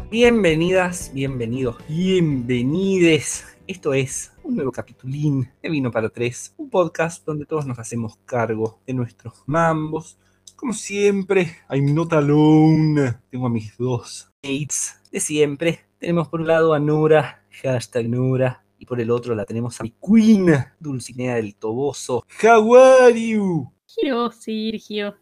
Bienvenidas, bienvenidos, bienvenides. Esto es un nuevo capitulín de Vino para Tres, un podcast donde todos nos hacemos cargo de nuestros mambos. Como siempre, I'm not alone. Tengo a mis dos mates de siempre. Tenemos por un lado a Nora, hashtag Nora, y por el otro la tenemos a mi queen, Dulcinea del Toboso. How are you? Sergio.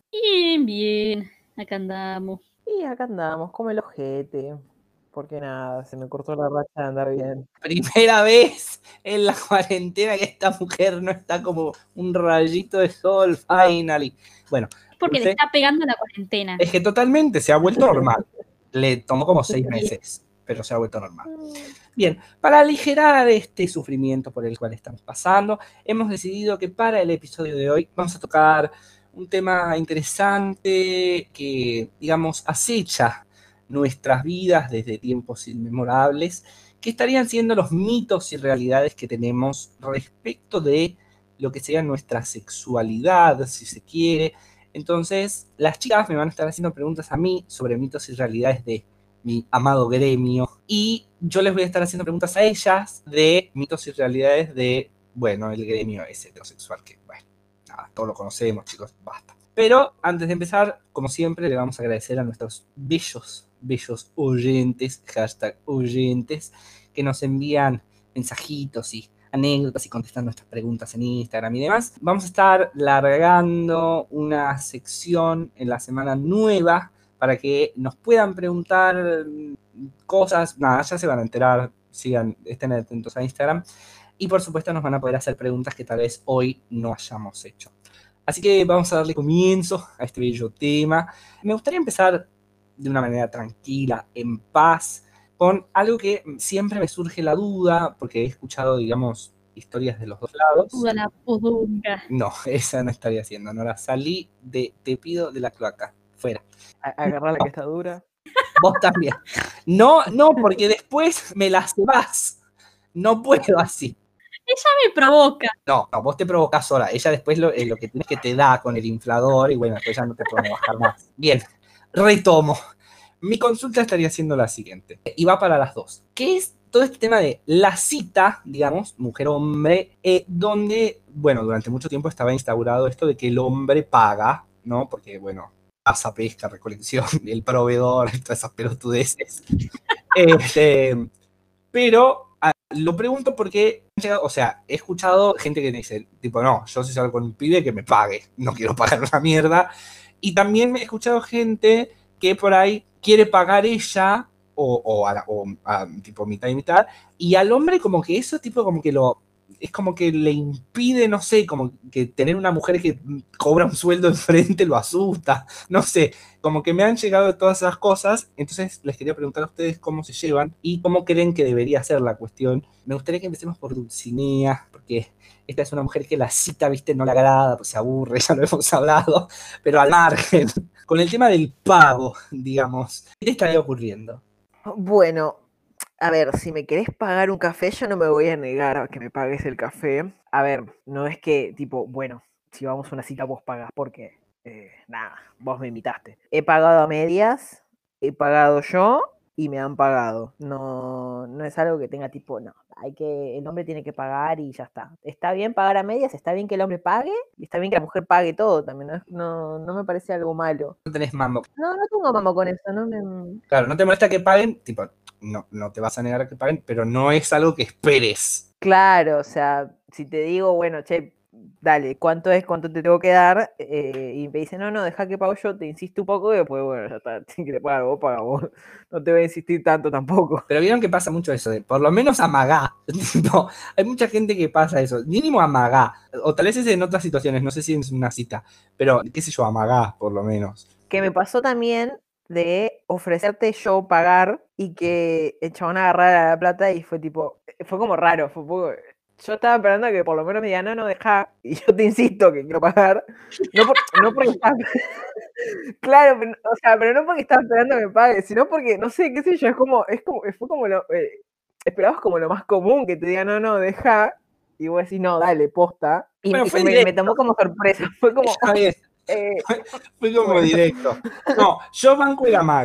Bien. Acá andamos. Y acá andamos, como el ojete. Porque nada, se me cortó la racha de andar bien. Primera vez en la cuarentena que esta mujer no está como un rayito de sol, finally. Bueno, Porque le está pegando la cuarentena. es que totalmente se ha vuelto normal. Le tomó como 6 meses, pero se ha vuelto normal. Bien, para aligerar este sufrimiento por el cual estamos pasando, hemos decidido que para el episodio de hoy vamos a tocar un tema interesante que, digamos, acecha nuestras vidas desde tiempos inmemorables, que estarían siendo los mitos y realidades que tenemos respecto de lo que sería nuestra sexualidad, si se quiere. Entonces, las chicas me van a estar haciendo preguntas a mí sobre mitos y realidades de mi amado gremio, y yo les voy a estar haciendo preguntas a ellas de mitos y realidades de, bueno, el gremio es heterosexual, que, bueno, nada, todos lo conocemos, chicos, basta. Pero antes de empezar, como siempre, le vamos a agradecer a nuestros bellos oyentes, hashtag oyentes, que nos envían mensajitos y anécdotas y contestan nuestras preguntas en Instagram y demás. Vamos a estar largando una sección en la semana nueva para que nos puedan preguntar cosas. Nada, ya se van a enterar, estén atentos a Instagram. Y por supuesto nos van a poder hacer preguntas que tal vez hoy no hayamos hecho. Así que vamos a darle comienzo a este bello tema. Me gustaría empezar de una manera tranquila, en paz, con algo que siempre me surge la duda, porque he escuchado, digamos, historias de los dos lados. Duda la podunga. No, esa no estaría haciendo, Nora. Salí de Te pido de la cloaca. Fuera. Agarrar la que está dura. Vos también. No, porque después me las vas. No puedo así. Ella me provoca. No, vos te provocás sola. Ella después lo que tienes que te da con el inflador y bueno, después ya no te puedo bajar más. Bien, retomo. Mi consulta estaría siendo la siguiente, y va para las dos. ¿Qué es todo este tema de la cita, digamos, mujer-hombre, donde, bueno, durante mucho tiempo estaba instaurado esto de que el hombre paga, ¿no? Porque, bueno, caza, pesca, recolección, el proveedor, todas esas pelotudeces. Pero lo pregunto porque, o sea, he escuchado gente que me dice, tipo, no, yo si salgo con un pibe que me pague, no quiero pagar una mierda. Y también he escuchado gente que por ahí quiere pagar ella o tipo mitad y mitad, y al hombre como que eso tipo como que es como que le impide, no sé, como que tener una mujer que cobra un sueldo enfrente lo asusta, no sé, como que me han llegado todas esas cosas. Entonces les quería preguntar a ustedes cómo se llevan y cómo creen que debería ser la cuestión. Me gustaría que empecemos por Dulcinea, porque esta es una mujer que la cita, viste, no le agrada, pues se aburre, ya lo hemos hablado, pero al margen, con el tema del pago, digamos, ¿qué te estaría ocurriendo? Bueno, a ver, si me querés pagar un café, yo no me voy a negar a que me pagues el café. A ver, no es que, tipo, bueno, si vamos a una cita vos pagás, porque, nada, vos me invitaste. He pagado a medias, he pagado yo y me han pagado. No es algo que tenga tipo, no, el hombre tiene que pagar y ya está. Está bien pagar a medias, está bien que el hombre pague y está bien que la mujer pague todo también. No me parece algo malo. No tenés mambo. No tengo mambo con eso, Claro, no te molesta que paguen, tipo, no te vas a negar a que paguen, pero no es algo que esperes. Claro, o sea, si te digo, bueno, che, dale, ¿cuánto es? ¿Cuánto te tengo que dar? Y me dicen, no, deja que pago yo, te insisto un poco y después, bueno, ya está, si quieres pagar vos, paga vos. No te voy a insistir tanto tampoco. Pero vieron que pasa mucho eso, de por lo menos amagá. No, hay mucha gente que pasa eso, mínimo amagá. O tal vez es en otras situaciones, no sé si es una cita, pero qué sé yo, amagá, por lo menos. Que me pasó también de ofrecerte yo pagar y que el chabón agarrara la plata y fue tipo, fue como raro, fue un poco... Yo estaba esperando que por lo menos me digan, no, deja, y yo te insisto que quiero pagar. No porque estaba... Claro, o sea, pero no porque estaba esperando que me pague, sino porque, no sé, qué sé yo, fue como lo... esperabas como lo más común, que te digan, no, deja, y vos decís, no, dale, posta. Y bueno, me tomó como sorpresa, fue como... Fue como directo. No, yo banco el amague.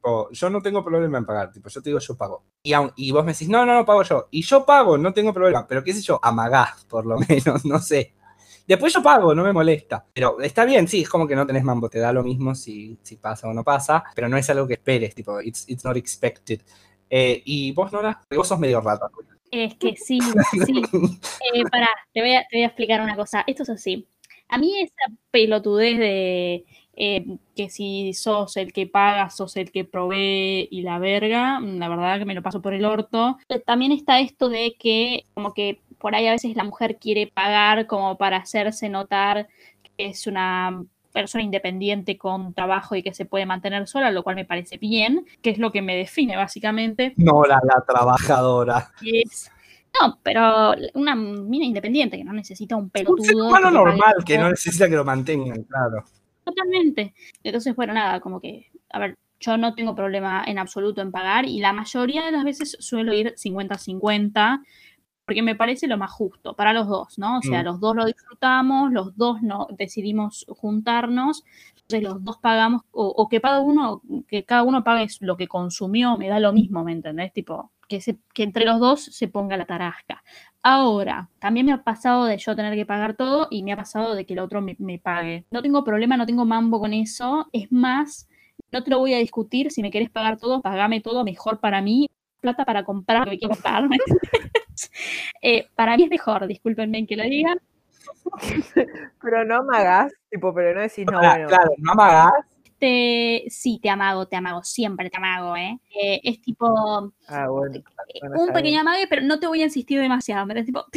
tipo, yo no tengo problema en pagar, tipo, yo te digo, yo pago. Y vos me decís, no, pago yo. Y yo pago, no tengo problema, pero qué sé yo, amagá, por lo menos, no sé. Después yo pago, no me molesta. Pero está bien, sí, es como que no tenés mambo, te da lo mismo si pasa o no pasa, pero no es algo que esperes, tipo, it's not expected. Y vos, Nora, vos sos medio rata. Es que sí. Pará, te voy a explicar una cosa. Esto es así. A mí esa pelotudez de que si sos el que paga, sos el que provee y la verga, la verdad que me lo paso por el orto. También está esto de que como que por ahí a veces la mujer quiere pagar como para hacerse notar que es una persona independiente con trabajo y que se puede mantener sola, lo cual me parece bien, que es lo que me define básicamente. Nora, la trabajadora. No, pero una mina independiente que no necesita un pelotudo. Un ser humano normal que no necesita que lo mantengan, claro. Totalmente. Entonces, bueno, nada, como que, a ver, yo no tengo problema en absoluto en pagar y la mayoría de las veces suelo ir 50-50 porque me parece lo más justo para los dos, ¿no? O sea, los dos lo disfrutamos, los dos no decidimos juntarnos, entonces los dos pagamos, o que cada uno pague lo que consumió, me da lo mismo, ¿me entendés? Tipo, que entre los dos se ponga la tarasca. Ahora, también me ha pasado de yo tener que pagar todo y me ha pasado de que el otro me pague. No tengo problema, no tengo mambo con eso. Es más, no te lo voy a discutir. Si me querés pagar todo, pagame todo, mejor para mí. Plata para comprar lo que quiero comprar. Para mí es mejor, discúlpenme que lo digan. Pero no amagás, tipo, pero no decís, no, bueno. Claro, no amagás. Sí, te amago, siempre te amago, es tipo Bueno, un pequeño amague, pero no te voy a insistir demasiado, ¿me tipo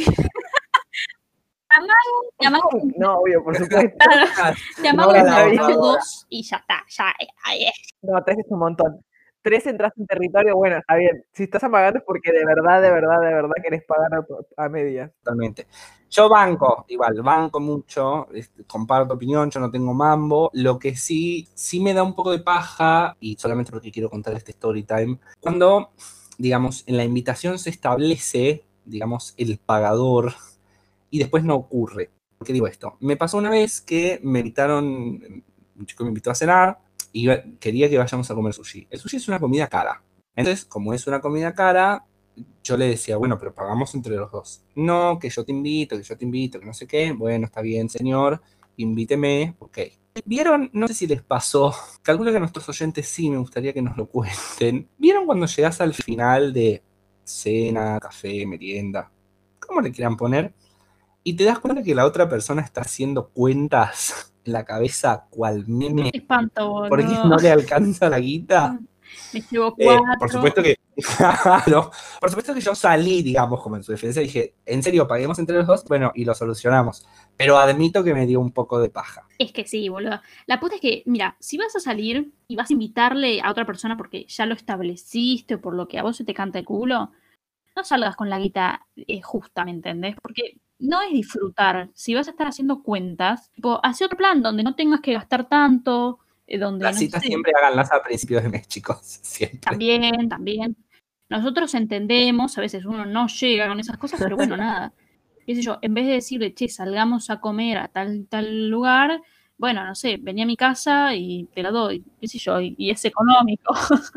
te amago. No, obvio, por supuesto. Te amago dos y ya está, ahí es. No, 3 es un montón. 3 entras en territorio, bueno, está bien. Si estás amagando es porque de verdad querés pagar a medias. Totalmente. Yo banco mucho, comparto opinión, yo no tengo mambo. Lo que sí me da un poco de paja, y solamente porque quiero contar este story time, cuando, digamos, en la invitación se establece, digamos, el pagador y después no ocurre. ¿Por qué digo esto? Me pasó una vez que me invitaron, un chico me invitó a cenar y quería que vayamos a comer sushi. El sushi es una comida cara. Entonces, como es una comida cara, yo le decía, bueno, pero pagamos entre los dos. No, que yo te invito, que no sé qué. Bueno, está bien, señor, invíteme, ok. ¿Vieron? No sé si les pasó, calculo que a nuestros oyentes sí me gustaría que nos lo cuenten. ¿Vieron cuando llegás al final de cena, café, merienda? ¿Cómo le quieran poner? Y te das cuenta que la otra persona está haciendo cuentas en la cabeza cual meme. Espanto, boludo. Porque no le alcanza la guita. Me llevo 4. Por supuesto que, claro, por supuesto que yo salí, digamos, como en su defensa, y dije, ¿en serio paguemos entre los dos? Bueno, y lo solucionamos. Pero admito que me dio un poco de paja. Es que sí, boludo. La puta es que, mira, si vas a salir y vas a invitarle a otra persona porque ya lo estableciste o por lo que a vos se te canta el culo, no salgas con la guita justa, ¿me entendés? Porque no es disfrutar. Si vas a estar haciendo cuentas, tipo, hace otro plan donde no tengas que gastar tanto, donde Las citas siempre háganlas a principios de mes, chicos. Siempre. También. Nosotros entendemos, a veces uno no llega con esas cosas, pero bueno, nada. Qué sé yo, en vez de decirle, che, salgamos a comer a tal lugar, bueno, no sé, vení a mi casa y te la doy, qué sé yo, y es económico.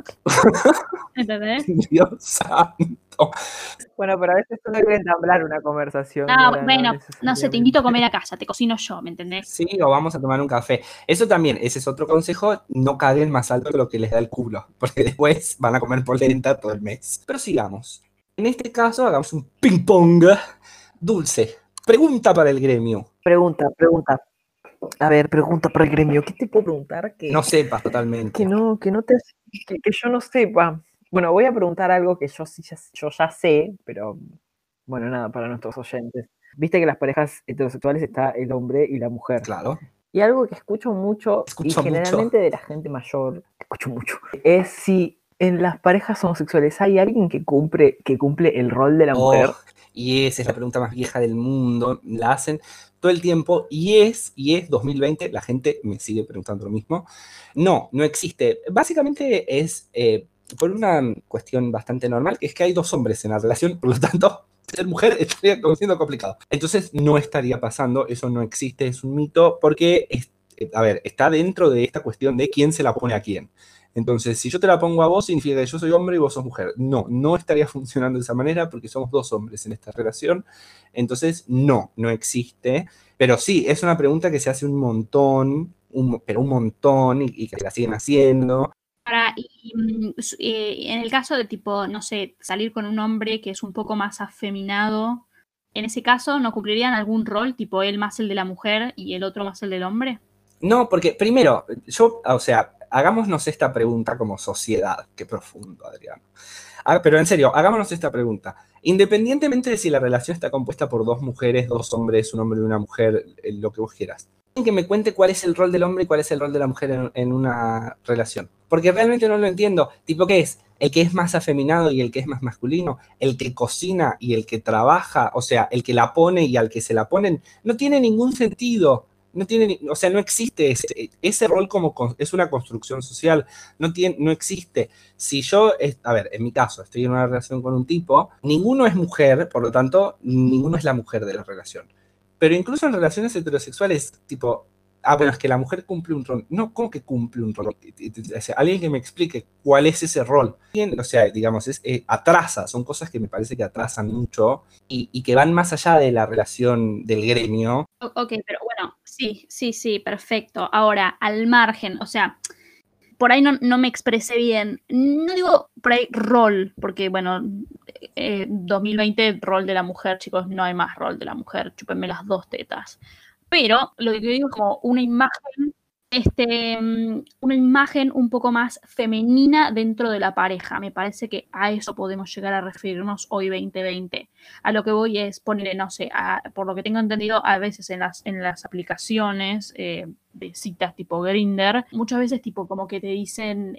¿Entendés? Dios santo. Bueno, pero a veces uno quiere entablar una conversación. Bueno, no sé, te invito a comer a casa, te cocino yo, ¿me entendés? Sí, o vamos a tomar un café. Eso también, ese es otro consejo, no caguen más alto que lo que les da el culo, porque después van a comer polenta todo el mes. Pero sigamos. En este caso, hagamos un ping pong. Dulce, pregunta para el gremio. Pregunta. A ver, pregunta para el gremio. ¿Qué te puedo preguntar? No sepas totalmente. Que yo no sepa. Bueno, voy a preguntar algo que yo ya sé, pero bueno, nada, para nuestros oyentes. Viste que en las parejas heterosexuales está el hombre y la mujer. Claro. Y algo que escucho mucho, generalmente de la gente mayor, es si en las parejas homosexuales hay alguien que cumple el rol de la mujer. Y esa es la pregunta más vieja del mundo, la hacen todo el tiempo, y es 2020, la gente me sigue preguntando lo mismo. No existe. Básicamente es por una cuestión bastante normal, que es que hay 2 hombres en la relación, por lo tanto, ser mujer estaría siendo complicado. Entonces no estaría pasando, eso no existe, es un mito, porque, está dentro de esta cuestión de quién se la pone a quién. Entonces, si yo te la pongo a vos, significa que yo soy hombre y vos sos mujer. No, no estaría funcionando de esa manera porque somos dos hombres en esta relación. Entonces, no existe. Pero sí, es una pregunta que se hace un montón, pero un montón, y que la siguen haciendo. En el caso de tipo, no sé, salir con un hombre que es un poco más afeminado, en ese caso, ¿no cumplirían algún rol, tipo él más el de la mujer y el otro más el del hombre? No, porque primero, hagámonos esta pregunta como sociedad. Qué profundo, Adriano. Pero en serio, hagámonos esta pregunta. Independientemente de si la relación está compuesta por dos mujeres, dos hombres, un hombre y una mujer, lo que vos quieras, que me cuente cuál es el rol del hombre y cuál es el rol de la mujer en una relación. Porque realmente no lo entiendo. Tipo, ¿qué es? ¿El que es más afeminado y el que es más masculino? ¿El que cocina y el que trabaja? O sea, el que la pone y al que se la ponen. No tiene ningún sentido. No existe ese rol es una construcción social. No existe. Si yo, en mi caso, estoy en una relación con un tipo, ninguno es mujer, por lo tanto, ninguno es la mujer de la relación. Pero incluso en relaciones heterosexuales, tipo, bueno, es que la mujer cumple un rol. No, ¿cómo que cumple un rol? O sea, alguien que me explique cuál es ese rol. O sea, digamos, atrasa, son cosas que me parece que atrasan mucho y que van más allá de la relación del gremio. Ok, pero bueno, sí, perfecto. Ahora, al margen, o sea, por ahí no me expresé bien. No digo por ahí rol, porque bueno, 2020, rol de la mujer, chicos, no hay más rol de la mujer, chúpenme las dos tetas. Pero lo que digo es como una imagen un poco más femenina dentro de la pareja. Me parece que a eso podemos llegar a referirnos hoy 2020. A lo que voy es ponerle, no sé, por lo que tengo entendido, a veces en las aplicaciones de citas tipo Grindr, muchas veces tipo como que te dicen,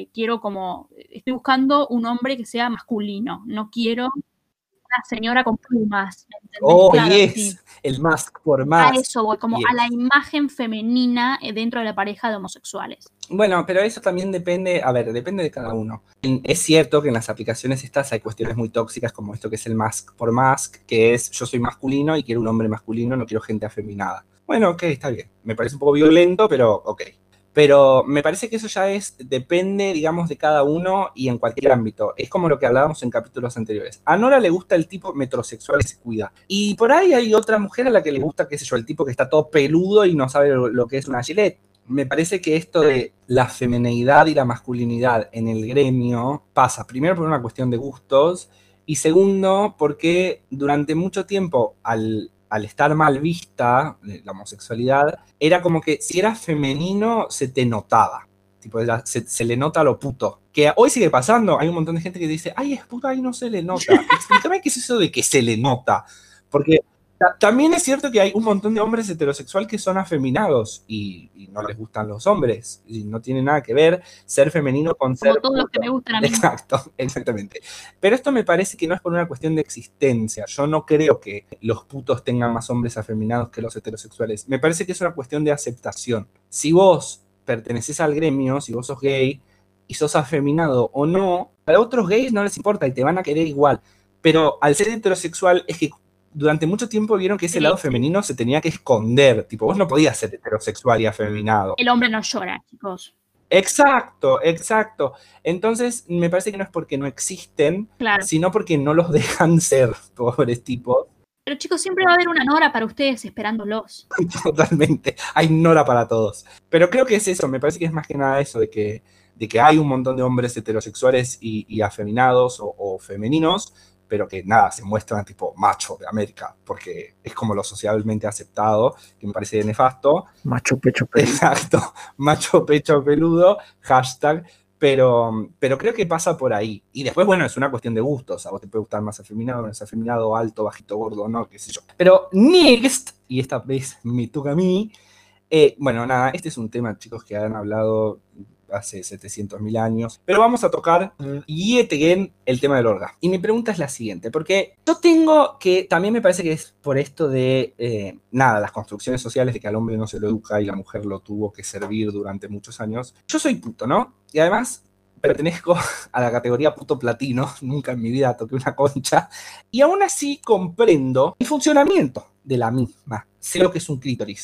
estoy buscando un hombre que sea masculino, no quiero una señora con plumas. Oh, claro, yes, sí. El mask por mask. A eso voy, como yes. A la imagen femenina dentro de la pareja de homosexuales. Bueno, pero eso también depende de cada uno. Es cierto que en las aplicaciones estas hay cuestiones muy tóxicas como esto que es el mask por mask, que es yo soy masculino y quiero un hombre masculino, no quiero gente afeminada. Bueno, ok, está bien. Me parece un poco violento, pero ok. Pero me parece que eso ya depende, digamos, de cada uno y en cualquier ámbito. Es como lo que hablábamos en capítulos anteriores. A Nora le gusta el tipo metrosexual que se cuida. Y por ahí hay otra mujer a la que le gusta, qué sé yo, el tipo que está todo peludo y no sabe lo que es una Gillette. Me parece que esto de la femineidad y la masculinidad en el gremio pasa primero por una cuestión de gustos y segundo porque durante mucho tiempo al estar mal vista la homosexualidad, era como que si eras femenino se te notaba. Tipo, se le nota lo puto. Que hoy sigue pasando. Hay un montón de gente que dice, ay, es puta y no se le nota. Explícame qué es eso de que se le nota. Porque también es cierto que hay un montón de hombres heterosexuales que son afeminados y no les gustan los hombres. Y no tiene nada que ver ser femenino con ser como todos puto. Los que me gustan a mí. Exacto, exactamente. Pero esto me parece que no es por una cuestión de existencia. Yo no creo que los putos tengan más hombres afeminados que los heterosexuales. Me parece que es una cuestión de aceptación. Si vos perteneces al gremio, si vos sos gay y sos afeminado o no, a otros gays no les importa y te van a querer igual. Pero al ser heterosexual es que durante mucho tiempo vieron que ese lado femenino se tenía que esconder. Tipo, vos no podías ser heterosexual y afeminado. El hombre no llora, chicos. Exacto, exacto. Entonces, me parece que no es porque no existen, claro, sino porque no los dejan ser, pobres tipos. Pero chicos, siempre va a haber una Nora para ustedes esperándolos. Totalmente, hay Nora para todos. Pero creo que es eso, me parece que es más que nada eso, de que hay un montón de hombres heterosexuales y afeminados o femeninos, pero que nada, se muestran tipo macho de América, porque es como lo socialmente aceptado, que me parece nefasto. Macho pecho peludo. Exacto, macho pecho peludo, hashtag, pero creo que pasa por ahí. Y después, bueno, es una cuestión de gustos, a vos te puede gustar más afeminado, menos afeminado, alto, bajito, gordo, no, qué sé yo. Pero next, y esta vez me toca a mí, bueno, nada, este es un tema, chicos, que han hablado hace 700.000 años, pero vamos a tocar yet again el tema del orgasmo. Y mi pregunta es la siguiente, porque yo tengo que, también me parece que es por esto de, las construcciones sociales de que al hombre no se lo educa y la mujer lo tuvo que servir durante muchos años. Yo soy puto, ¿no? Y además pertenezco a la categoría puto platino, nunca en mi vida toqué una concha, y aún así comprendo el funcionamiento de la misma. Sé lo que es un clítoris.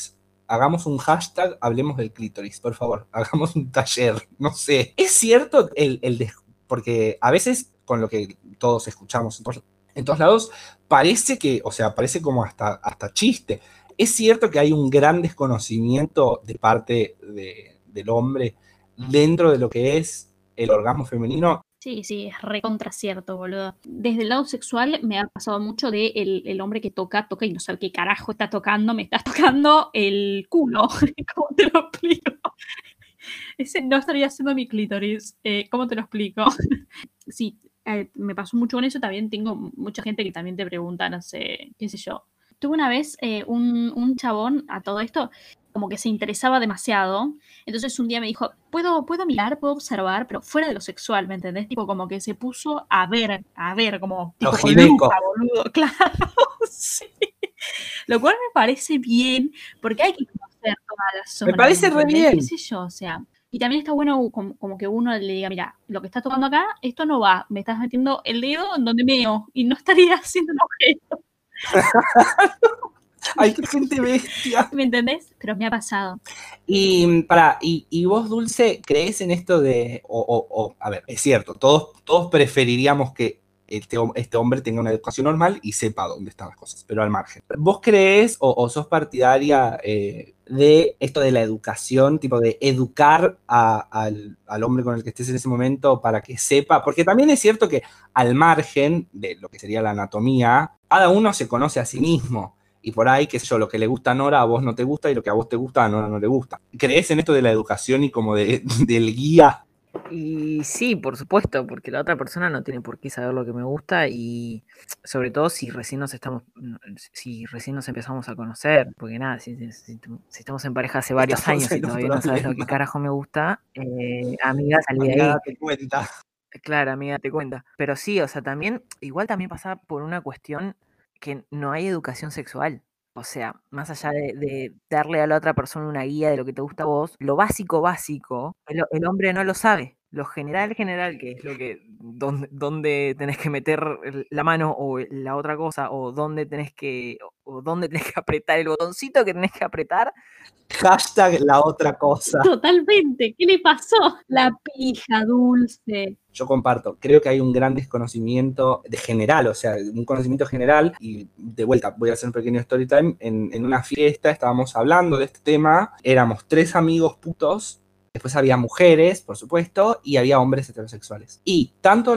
hagamos un hashtag, hablemos del clítoris, por favor, hagamos un taller, no sé. Es cierto porque a veces con lo que todos escuchamos en todos lados, parece que, o sea, parece como hasta chiste. Es cierto que hay un gran desconocimiento de parte del hombre dentro de lo que es el orgasmo femenino. Sí, es recontra cierto, boludo. Desde el lado sexual me ha pasado mucho de el hombre que toca y no sabe qué carajo está tocando, me estás tocando el culo. ¿Cómo te lo explico? Ese no estaría haciendo mi clítoris. ¿Cómo te lo explico? Sí, me pasó mucho con eso. También tengo mucha gente que también te pregunta, no sé, qué sé yo. Tuve una vez un chabón a todo esto, como que se interesaba demasiado. Entonces un día me dijo, ¿puedo mirar, puedo observar? Pero fuera de lo sexual, ¿me entendés? Tipo como que se puso a ver, como tipo con lupa, boludo. Claro, sí. Lo cual me parece bien, porque hay que conocer toda la zona. Me parece re bien. ¿Qué sé yo? O sea, y también está bueno como que uno le diga, mira, lo que estás tocando acá, esto no va. Me estás metiendo el dedo en donde meo y no estaría haciendo un objeto. Ay, qué gente bestia. ¿Me entendés? Pero me ha pasado. Y vos, Dulce, ¿crees en esto de, a ver, es cierto, todos preferiríamos que este hombre tenga una educación normal y sepa dónde están las cosas, pero al margen. ¿Vos crees o sos partidaria de esto de la educación, tipo de educar al hombre con el que estés en ese momento para que sepa? Porque también es cierto que al margen de lo que sería la anatomía, cada uno se conoce a sí mismo. Y por ahí, qué sé yo, lo que le gusta a Nora a vos no te gusta y lo que a vos te gusta a Nora no le gusta. ¿Crees en esto de la educación y como del guía? Y sí, por supuesto, porque la otra persona no tiene por qué saber lo que me gusta y sobre todo si recién nos empezamos a conocer, porque nada, si estamos en pareja hace varios años y todavía no sabes lo que carajo me gusta, amiga, salí de ahí. Date cuenta. Claro, amiga, te cuenta. Pero sí, o sea, igual también pasa por una cuestión que no hay educación sexual. O sea, más allá de darle a la otra persona una guía de lo que te gusta a vos, lo básico, el hombre no lo sabe. Lo general, que es lo que, dónde tenés que meter la mano o la otra cosa, o dónde tenés que apretar el botoncito que tenés que apretar. Hashtag la otra cosa. Totalmente. ¿Qué le pasó? La pija, Dulce. Yo comparto, creo que hay un gran desconocimiento general, o sea, un conocimiento general, y de vuelta, voy a hacer un pequeño story time, en una fiesta estábamos hablando de este tema, éramos 3 amigos putos, después había mujeres, por supuesto, y había hombres heterosexuales. Y tanto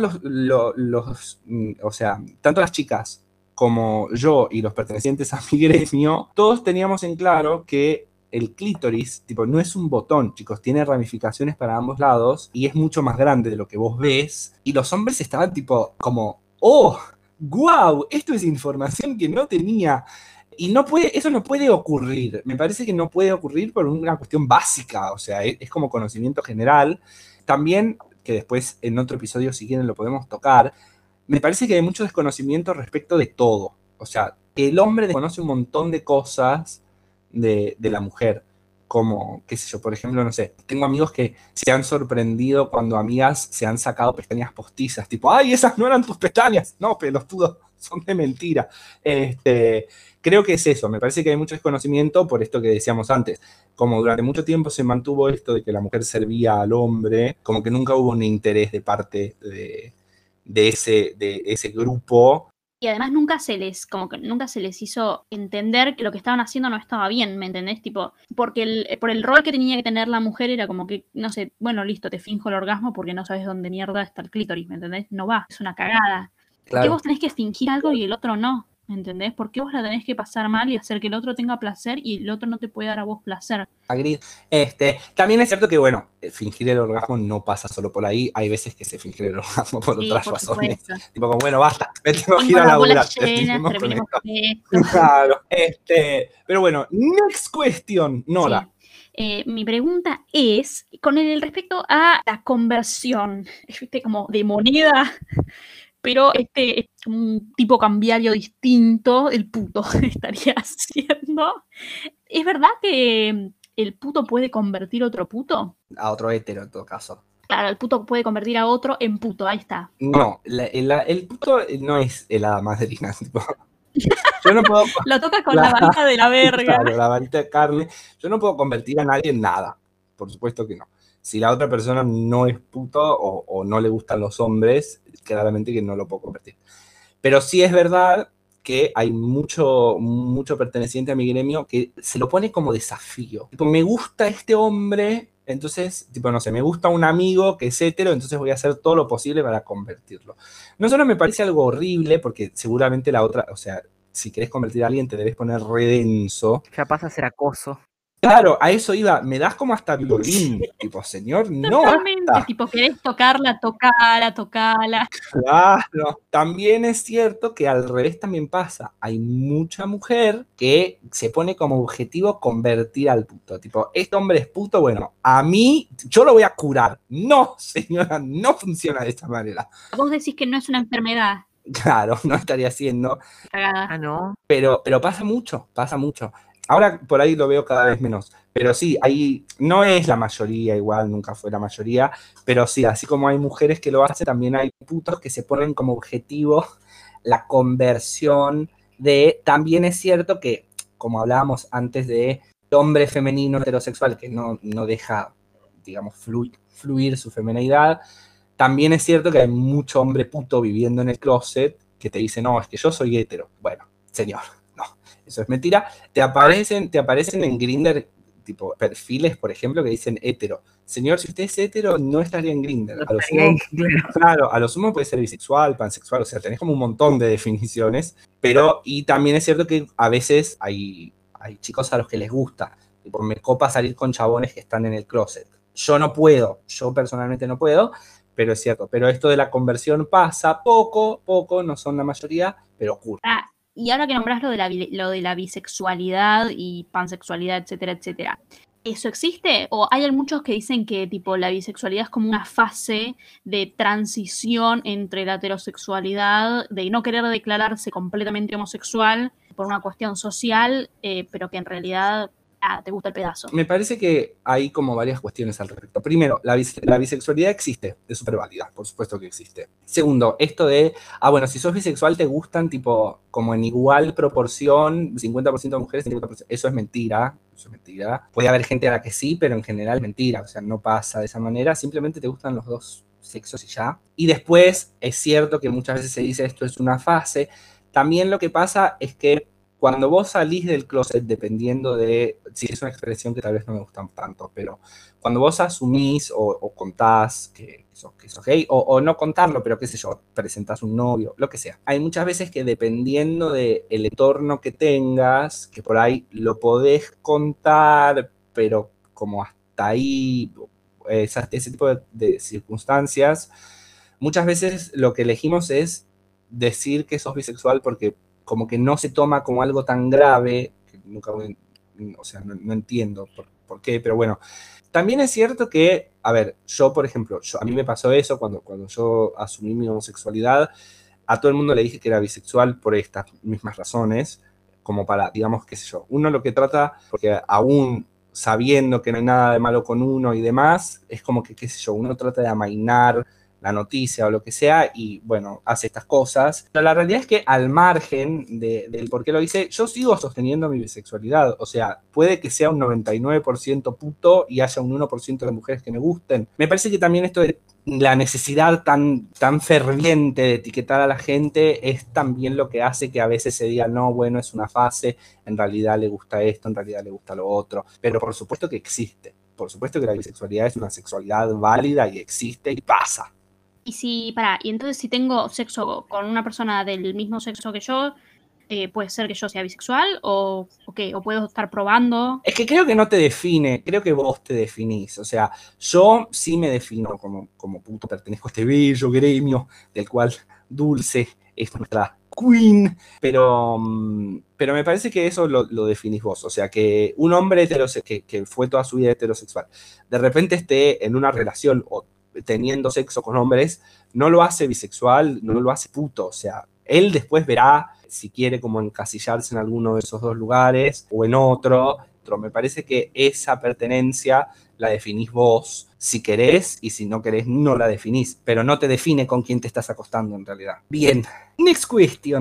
tanto las chicas como yo y los pertenecientes a mi gremio, todos teníamos en claro que el clítoris, tipo, no es un botón, chicos, tiene ramificaciones para ambos lados y es mucho más grande de lo que vos ves. Y los hombres estaban tipo como, ¡oh! ¡Guau! Esto es información que no tenía. Y eso no puede ocurrir. Me parece que no puede ocurrir por una cuestión básica. O sea, es como conocimiento general. También, que después en otro episodio, si quieren, lo podemos tocar, me parece que hay mucho desconocimiento respecto de todo. O sea, el hombre desconoce un montón de cosas de la mujer, como, qué sé yo, por ejemplo, no sé, tengo amigos que se han sorprendido cuando amigas se han sacado pestañas postizas, tipo, ¡ay, esas no eran tus pestañas! No, pelotudo, son de mentira. Creo que es eso, me parece que hay mucho desconocimiento por esto que decíamos antes, como durante mucho tiempo se mantuvo esto de que la mujer servía al hombre, como que nunca hubo un interés de parte de ese grupo. Y además nunca se les hizo entender que lo que estaban haciendo no estaba bien, ¿me entendés? Tipo, porque por el rol que tenía que tener la mujer era como que, no sé, bueno, listo, te finjo el orgasmo porque no sabes dónde mierda está el clítoris, ¿me entendés? No va, es una cagada. Claro. ¿Por qué vos tenés que fingir algo y el otro no? ¿Me entendés? ¿Por qué vos la tenés que pasar mal y hacer que el otro tenga placer y el otro no te puede dar a vos placer? Agreed. También es cierto que, bueno, fingir el orgasmo no pasa solo por ahí. Hay veces que se finge el orgasmo por otras razones. Tipo, como, bueno, basta, me tengo que ir a laburar. Claro. Pero bueno, next question, Nora. Sí. Mi pregunta es, con el respecto a la conversión, como de moneda, pero es un tipo cambiario distinto, el puto estaría haciendo. ¿Es verdad que el puto puede convertir otro puto? A otro hétero, en todo caso. Claro, el puto puede convertir a otro en puto, ahí está. No, el puto no es el hada madrina, tipo. Yo no puedo... Lo toca con la varita de la verga. Claro, la varita de carne. Yo no puedo convertir a nadie en nada. Por supuesto que no. Si la otra persona no es puto o no le gustan los hombres, claramente que no lo puedo convertir. Pero sí es verdad que hay mucho perteneciente a mi gremio que se lo pone como desafío. Tipo, me gusta este hombre, entonces, tipo, no sé, me gusta un amigo que es hetero, entonces voy a hacer todo lo posible para convertirlo. No solo me parece algo horrible, porque seguramente la otra, o sea, si querés convertir a alguien te debes poner re denso. Ya pasa a ser acoso. Claro, a eso iba, me das como hasta violín, tipo, señor, no. Totalmente, tipo, querés tocarla, tocala. Claro, también es cierto que al revés también pasa. Hay mucha mujer que se pone como objetivo convertir al puto. Tipo, este hombre es puto, bueno, a mí, yo lo voy a curar. No, señora, no funciona de esta manera. Vos decís que no es una enfermedad. Claro, no estaría haciendo. Cagada. Ah, no. Pero pasa mucho, pasa mucho. Ahora por ahí lo veo cada vez menos. Pero sí, ahí no es la mayoría, igual nunca fue la mayoría, pero sí, así como hay mujeres que lo hacen, también hay putos que se ponen como objetivo la conversión de... También es cierto que, como hablábamos antes de hombre femenino heterosexual que no deja, digamos, fluir su feminidad, también es cierto que hay mucho hombre puto viviendo en el closet que te dice, no, es que yo soy hetero. Bueno, señor, no, eso es mentira. Te aparecen en Grindr tipo perfiles, por ejemplo, que dicen hetero. Señor, si usted es hetero, no estaría en Grindr. No A lo estaría sumo, en- claro, a lo sumo puede ser bisexual, pansexual, o sea, tenés como un montón de definiciones, pero, y también es cierto que a veces hay chicos a los que les gusta. Tipo, me copa salir con chabones que están en el closet. Yo personalmente no puedo, pero es cierto. Pero esto de la conversión pasa poco, no son la mayoría, pero ocurre. Ah, y ahora que nombrás lo de la bisexualidad y pansexualidad, etcétera, etcétera. ¿Eso existe? ¿O hay muchos que dicen que tipo la bisexualidad es como una fase de transición entre la heterosexualidad, de no querer declararse completamente homosexual por una cuestión social, pero que en realidad te gusta el pedazo? Me parece que hay como varias cuestiones al respecto. Primero, la bisexualidad existe, es súper válida, por supuesto que existe. Segundo, esto de, bueno, si sos bisexual te gustan tipo como en igual proporción, 50% de mujeres, 50%. Eso es mentira. Puede haber gente a la que sí, pero en general es mentira, o sea, no pasa de esa manera, simplemente te gustan los dos sexos y ya. Y después es cierto que muchas veces se dice esto es una fase. También lo que pasa es que cuando vos salís del closet, dependiendo de, si es una expresión que tal vez no me gusta tanto, pero cuando vos asumís o contás que sos gay, o no contarlo, pero qué sé yo, presentás un novio, lo que sea. Hay muchas veces que dependiendo del entorno que tengas, que por ahí lo podés contar, pero como hasta ahí, ese tipo de circunstancias, muchas veces lo que elegimos es decir que sos bisexual porque como que no se toma como algo tan grave, que nunca voy, o sea, no entiendo por qué, pero bueno. También es cierto que, a ver, yo, por ejemplo, a mí me pasó eso cuando yo asumí mi homosexualidad, a todo el mundo le dije que era bisexual por estas mismas razones, como para, digamos, qué sé yo, uno lo que trata, porque aún sabiendo que no hay nada de malo con uno y demás, es como que, qué sé yo, uno trata de amainar la noticia o lo que sea, y bueno, hace estas cosas. Pero la realidad es que al margen del por qué lo hice, yo sigo sosteniendo mi bisexualidad. O sea, puede que sea un 99% puto y haya un 1% de mujeres que me gusten. Me parece que también esto de la necesidad tan ferviente de etiquetar a la gente es también lo que hace que a veces se diga, no, bueno, es una fase, en realidad le gusta esto, en realidad le gusta lo otro. Pero por supuesto que existe. Por supuesto que la bisexualidad es una sexualidad válida y existe y pasa. Y entonces si tengo sexo con una persona del mismo sexo que yo, puede ser que yo sea bisexual o puedo estar probando. Es que creo que no te define, creo que vos te definís. O sea, yo sí me defino como puto, pertenezco a este bello gremio del cual Dulce es nuestra queen, pero me parece que eso lo definís vos. O sea, que un hombre que fue toda su vida heterosexual, de repente esté en una relación o teniendo sexo con hombres, no lo hace bisexual, no lo hace puto. O sea, él después verá si quiere como encasillarse en alguno de esos dos lugares o en otro. Me parece que esa pertenencia la definís vos si querés, y si no querés no la definís, pero no te define con quién te estás acostando en realidad. Bien, next question.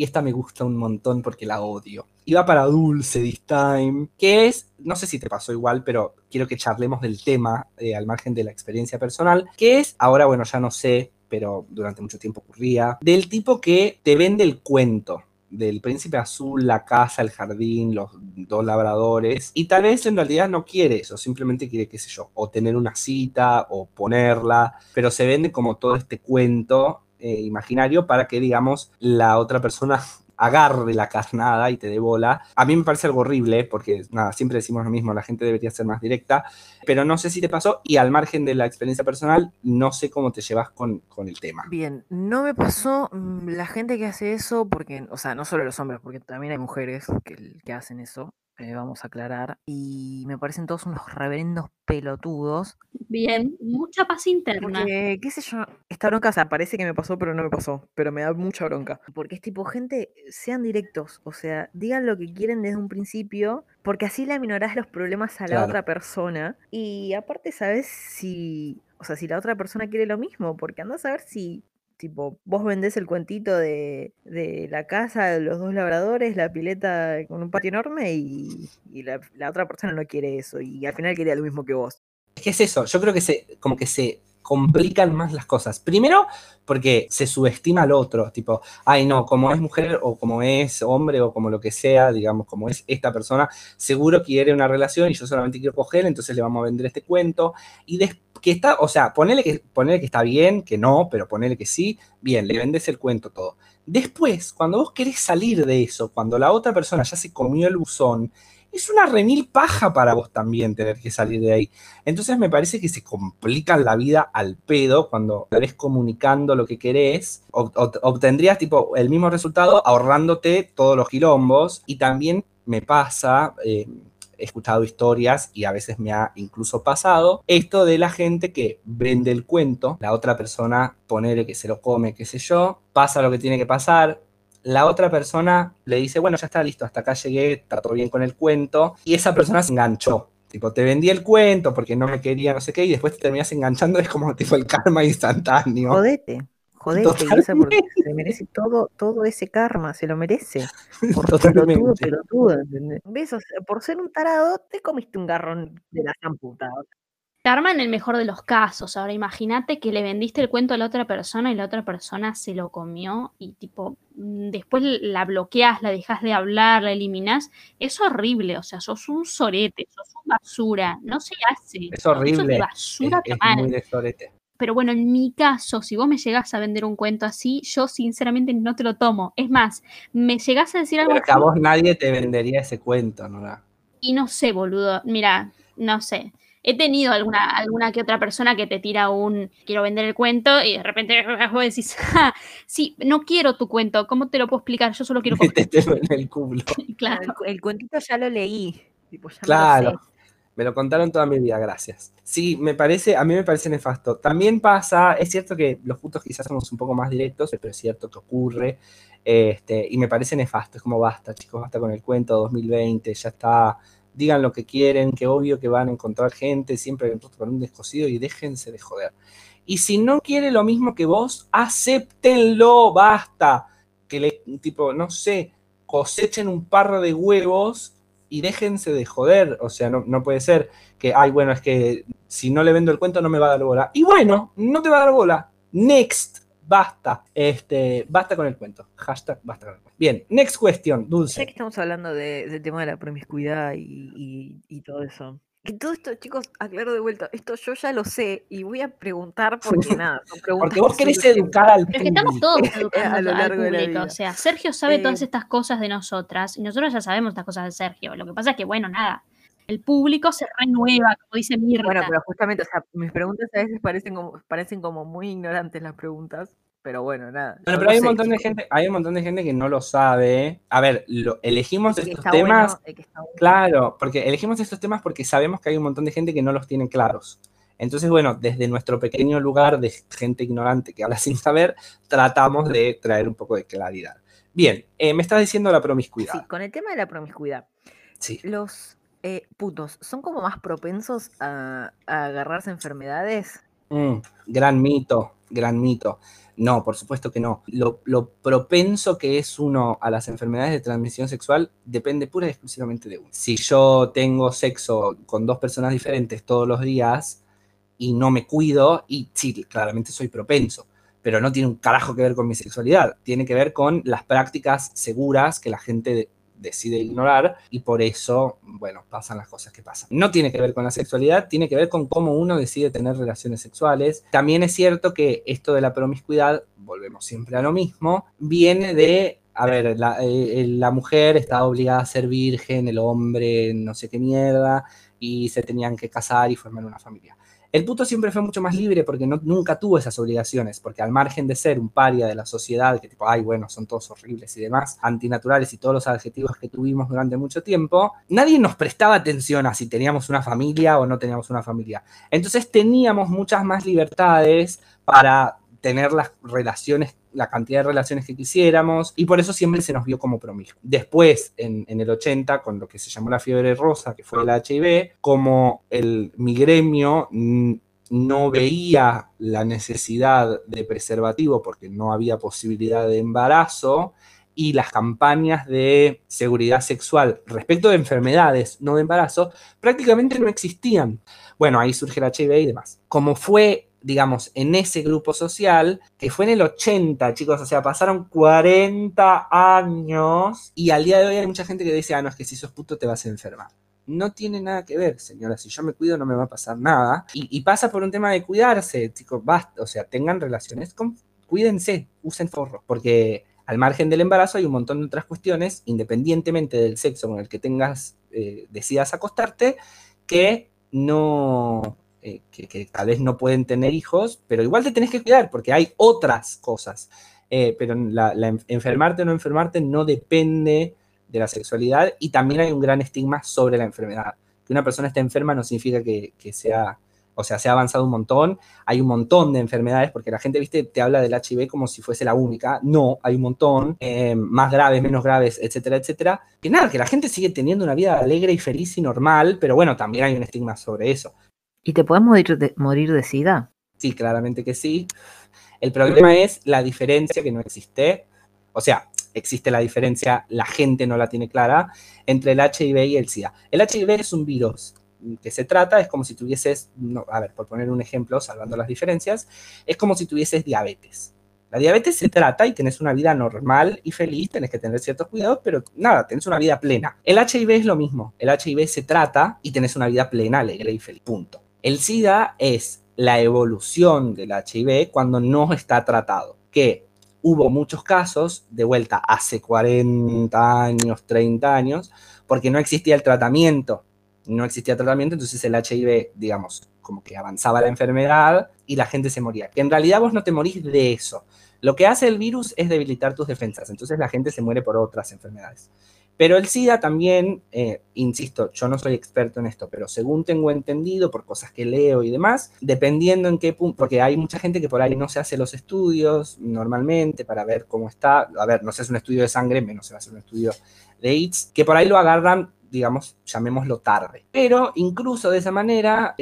y esta me gusta un montón porque la odio. Y va para Dulce this time, que es, no sé si te pasó igual, pero quiero que charlemos del tema al margen de la experiencia personal, que es, ahora bueno, ya no sé, pero durante mucho tiempo ocurría, del tipo que te vende el cuento del príncipe azul, la casa, el jardín, los 2 labradores, y tal vez en realidad no quiere eso, simplemente quiere, qué sé yo, o tener una cita, o ponerla, pero se vende como todo este cuento imaginario para que, digamos, la otra persona agarre la carnada y te dé bola. A mí me parece algo horrible, porque nada, siempre decimos lo mismo, la gente debería ser más directa, pero no sé si te pasó, y al margen de la experiencia personal, no sé cómo te llevas con el tema. Bien, no me pasó la gente que hace eso, porque, o sea, no solo los hombres, porque también hay mujeres que hacen eso, vamos a aclarar, y me parecen todos unos reverendos pelotudos. Bien, mucha paz interna. Porque, qué sé yo, esta bronca, o sea, parece que me pasó, pero no me pasó, pero me da mucha bronca. Porque es tipo, gente, sean directos, o sea, digan lo que quieren desde un principio, porque así le aminorás los problemas a la Claro. otra persona, y aparte sabes si, o sea, si la otra persona quiere lo mismo, porque andás a ver si, tipo, vos vendés el cuentito de la casa, de los 2 labradores, la pileta con un patio enorme, y la otra persona no quiere eso, y al final quería lo mismo que vos. Es que es eso, yo creo que como que se complican más las cosas. Primero, porque se subestima al otro, tipo, ay no, como es mujer o como es hombre o como lo que sea, digamos, como es esta persona, seguro quiere una relación y yo solamente quiero coger, entonces le vamos a vender este cuento. Y que está, o sea, ponele que está bien, que no, pero ponele que sí, bien, le vendes el cuento todo. Después, cuando vos querés salir de eso, cuando la otra persona ya se comió el buzón, es una remil paja para vos también tener que salir de ahí. Entonces me parece que se complica la vida al pedo cuando ves comunicando lo que querés. Obtendrías tipo el mismo resultado ahorrándote todos los quilombos. Y también me pasa, he escuchado historias y a veces me ha incluso pasado, esto de la gente que vende el cuento, la otra persona ponele que se lo come, qué sé yo, pasa lo que tiene que pasar, la otra persona le dice, bueno, ya está listo, hasta acá llegué, está todo bien con el cuento, y esa persona se enganchó. Tipo, te vendí el cuento porque no me quería, no sé qué, y después te terminas enganchando, es como tipo el karma instantáneo. Jodete, y esa porque se merece todo ese karma, se lo merece. Por pelotudo, ¿entendés? ¿Ves? O sea, por ser un tarado, te comiste un garrón de la zamputa. Karma en el mejor de los casos. Ahora imagínate que le vendiste el cuento a la otra persona y la otra persona se lo comió y tipo, después la bloqueas, la dejas de hablar, la eliminas. Es horrible, o sea, sos un sorete, sos un basura, no se hace. Es horrible. Eso es de basura es mal. muy de sorete. Pero bueno, en mi caso, si vos me llegás a vender un cuento así, yo sinceramente no te lo tomo. Es más, me llegás a decir algo Pero que a vos nadie te vendería ese cuento, ¿no? y no sé, boludo, mira, no sé. He tenido alguna que otra persona que te tira quiero vender el cuento y de repente vos decís, sí, no quiero tu cuento, ¿cómo te lo puedo explicar? Yo solo quiero coger. Métetelo en el culo. Claro. El cuentito ya lo leí, tipo, ya Claro. me lo sé. Me lo contaron toda mi vida, gracias. Sí, a mí me parece nefasto. También pasa, es cierto que los putos quizás somos un poco más directos, pero es cierto que ocurre, y me parece nefasto. Es como basta, chicos, basta con el cuento 2020, ya está. Digan lo que quieren, que obvio que van a encontrar gente, siempre con un descosido y déjense de joder. Y si no quiere lo mismo que vos, acéptenlo, basta. Que tipo, no sé, cosechen un par de huevos y déjense de joder. O sea, no puede ser que, ay, bueno, es que si no le vendo el cuento no me va a dar bola. Y bueno, no te va a dar bola. Next. Basta. Basta con el cuento. Hashtag basta con el cuento. Bien, next question, Dulce. Ya que estamos hablando del tema de la promiscuidad y todo eso. Que todo esto, chicos, aclaro de vuelta, esto yo ya lo sé y voy a preguntar porque nada, son preguntas. Porque vos querés educar al Pero es que estamos todos educando a lo largo al de la público. vida. O sea, Sergio sabe todas estas cosas de nosotras y nosotros ya sabemos estas cosas de Sergio. Lo que pasa es que, bueno, nada, el público se renueva, como dice Mirta. Bueno, pero justamente, o sea, mis preguntas a veces parecen como muy ignorantes las preguntas, pero bueno, nada. Bueno, pero hay un montón de gente que no lo sabe. A ver, elegimos estos temas. Claro, porque elegimos estos temas porque sabemos que hay un montón de gente que no los tiene claros. Entonces, bueno, desde nuestro pequeño lugar de gente ignorante que habla sin saber, tratamos de traer un poco de claridad. Bien, me estás diciendo la promiscuidad. Sí, con el tema de la promiscuidad. Sí. Los putos son como más propensos a agarrarse enfermedades. Gran mito. gran mito. No, por supuesto que no. Lo propenso que es uno a las enfermedades de transmisión sexual depende pura y exclusivamente de uno. Si yo tengo sexo con 2 personas diferentes todos los días y no me cuido, y sí, claramente soy propenso, pero no tiene un carajo que ver con mi sexualidad, tiene que ver con las prácticas seguras que la gente decide ignorar y por eso, bueno, pasan las cosas que pasan. No tiene que ver con la sexualidad, tiene que ver con cómo uno decide tener relaciones sexuales. También es cierto que esto de la promiscuidad, volvemos siempre a lo mismo, viene de, a ver, la mujer estaba obligada a ser virgen, el hombre no sé qué mierda, y se tenían que casar y formar una familia. El puto siempre fue mucho más libre porque nunca tuvo esas obligaciones, porque al margen de ser un paria de la sociedad, que tipo, ay, bueno, son todos horribles y demás, antinaturales y todos los adjetivos que tuvimos durante mucho tiempo, nadie nos prestaba atención a si teníamos una familia o no teníamos una familia. Entonces teníamos muchas más libertades para tener las relaciones, la cantidad de relaciones que quisiéramos, y por eso siempre se nos vio como promiscuo. Después, en el 80, con lo que se llamó la fiebre rosa, que fue el HIV, como mi gremio no veía la necesidad de preservativo porque no había posibilidad de embarazo, y las campañas de seguridad sexual respecto de enfermedades, no de embarazo, prácticamente no existían. Bueno, ahí surge el HIV y demás. Como fue, digamos, en ese grupo social, que fue en el 80, chicos, o sea, pasaron 40 años y al día de hoy hay mucha gente que dice, no, es que si sos puto te vas a enfermar. No tiene nada que ver, señora, si yo me cuido no me va a pasar nada. Y pasa por un tema de cuidarse, chicos, basta, o sea, tengan relaciones, cuídense, usen forro, porque al margen del embarazo hay un montón de otras cuestiones, independientemente del sexo con el que decidas acostarte, que no, que tal vez no pueden tener hijos, pero igual te tenés que cuidar porque hay otras cosas. Pero enfermarte o no enfermarte no depende de la sexualidad, y también hay un gran estigma sobre la enfermedad. Que una persona esté enferma no significa que sea, o sea, se ha avanzado un montón. Hay un montón de enfermedades, porque la gente, viste, te habla del HIV como si fuese la única. No, hay un montón, más graves, menos graves, etcétera, etcétera. Que nada, que la gente sigue teniendo una vida alegre y feliz y normal, pero bueno, también hay un estigma sobre eso. ¿Y te puedes morir de SIDA? Sí, claramente que sí. El problema es la diferencia que no existe. O sea, existe la diferencia, la gente no la tiene clara, entre el HIV y el SIDA. El HIV es un virus que se trata, es como si tuvieses, no, a ver, por poner un ejemplo, salvando las diferencias, es como si tuvieses diabetes. La diabetes se trata y tenés una vida normal y feliz, tenés que tener ciertos cuidados, pero nada, tenés una vida plena. El HIV es lo mismo, el HIV se trata y tenés una vida plena, alegre y feliz, punto. El SIDA es la evolución del HIV cuando no está tratado, que hubo muchos casos, de vuelta hace 40 años, 30 años, porque no existía el tratamiento. No existía tratamiento, entonces el HIV, digamos, como que avanzaba la enfermedad y la gente se moría. Que en realidad vos no te morís de eso. Lo que hace el virus es debilitar tus defensas, entonces la gente se muere por otras enfermedades. Pero el SIDA también, insisto, yo no soy experto en esto, pero según tengo entendido por cosas que leo y demás, dependiendo en qué punto, porque hay mucha gente que por ahí no se hace los estudios normalmente para ver cómo está, a ver, no se hace un estudio de sangre, menos se va a hacer un estudio de AIDS, que por ahí lo agarran, digamos, llamémoslo tarde. Pero incluso de esa manera,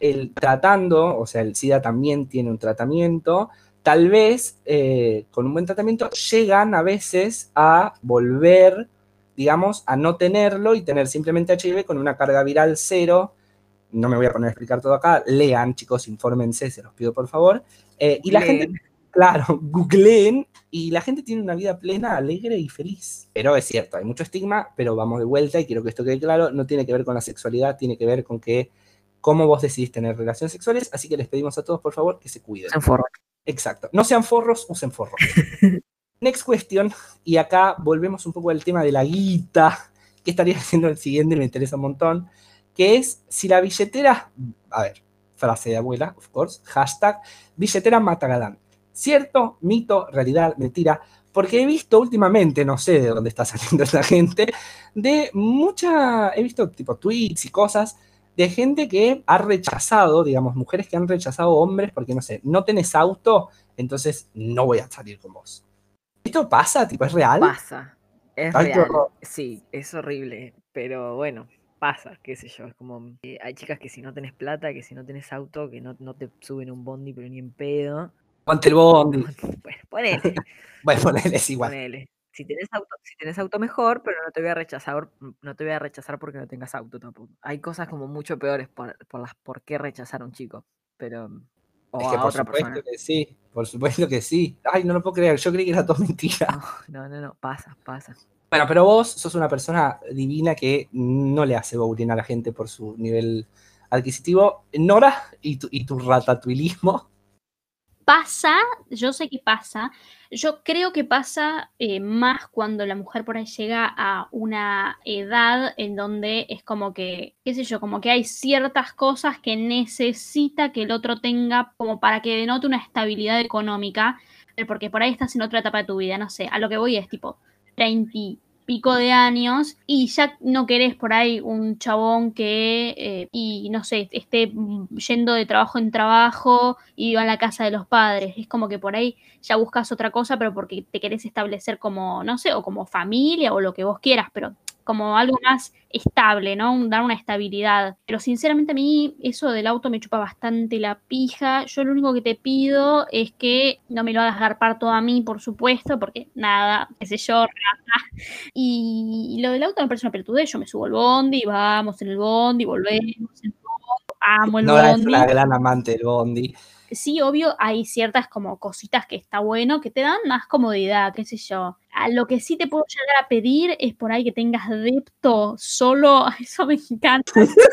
o sea, el SIDA también tiene un tratamiento, tal vez con un buen tratamiento llegan a veces a volver, digamos, a no tenerlo y tener simplemente HIV con una carga viral cero. No me voy a poner a explicar todo acá. Lean, chicos, infórmense, se los pido por favor. Y la gente, claro, googleen, y la gente tiene una vida plena, alegre y feliz. Pero es cierto, hay mucho estigma, pero vamos de vuelta y quiero que esto quede claro, no tiene que ver con la sexualidad, tiene que ver con cómo vos decidís tener relaciones sexuales, así que les pedimos a todos, por favor, que se cuiden. Usen forro. Exacto. No sean forros, usen forro. Next question, y acá volvemos un poco al tema de la guita, que estaría haciendo el siguiente, me interesa un montón, que es si la billetera, a ver, frase de abuela, of course, hashtag, billetera mata galán. ¿Cierto? Mito, realidad, mentira, porque he visto últimamente, no sé de dónde está saliendo esta gente, he visto tipo tweets y cosas de gente que ha rechazado, digamos, mujeres que han rechazado hombres porque, no sé, no tenés auto, entonces no voy a salir con vos. ¿Esto pasa? ¿Tipo, es real? Pasa, es Ay, qué real. horror. Sí, es horrible, pero bueno, pasa, qué sé yo. Es como, hay chicas que si no tenés plata, que si no tenés auto, que no te suben un bondi, pero ni en pedo. Ponte el bondi. Bueno, ponele. Bueno, ponele, es igual. Ponele. Si tenés auto mejor, pero no te voy a rechazar porque no tengas auto tampoco. Hay cosas como mucho peores por qué rechazar a un chico, pero o Es que a por otra supuesto persona. que sí, por supuesto que sí. Ay, no lo puedo creer, yo creí que era todo mentira. No, pasa. Bueno, pero vos sos una persona divina que no le hace bullying a la gente por su nivel adquisitivo. Nora y tu ratatuilismo. Pasa, yo sé que pasa, yo creo que pasa más cuando la mujer por ahí llega a una edad en donde es como que, qué sé yo, como que hay ciertas cosas que necesita que el otro tenga como para que denote una estabilidad económica, porque por ahí estás en otra etapa de tu vida, no sé, a lo que voy es tipo 30 y pico de años y ya no querés por ahí un chabón que, y no sé, esté yendo de trabajo en trabajo y va a la casa de los padres. Es como que por ahí ya buscas otra cosa, pero porque te querés establecer como, no sé, o como familia o lo que vos quieras, pero como algo más estable, ¿no? Dar una estabilidad. Pero sinceramente a mí eso del auto me chupa bastante la pija. Yo lo único que te pido es que no me lo hagas garpar todo a mí, por supuesto, porque nada, qué sé yo, y lo del auto me parece una pelotudez. Yo me subo al bondi, vamos en el bondi, volvemos en el bondi, amo el Nora es una bondi. gran amante del bondi. Sí, obvio, hay ciertas como cositas que está bueno, que te dan más comodidad, qué sé yo. A lo que sí te puedo llegar a pedir es por ahí que tengas depto solo, eso me encanta.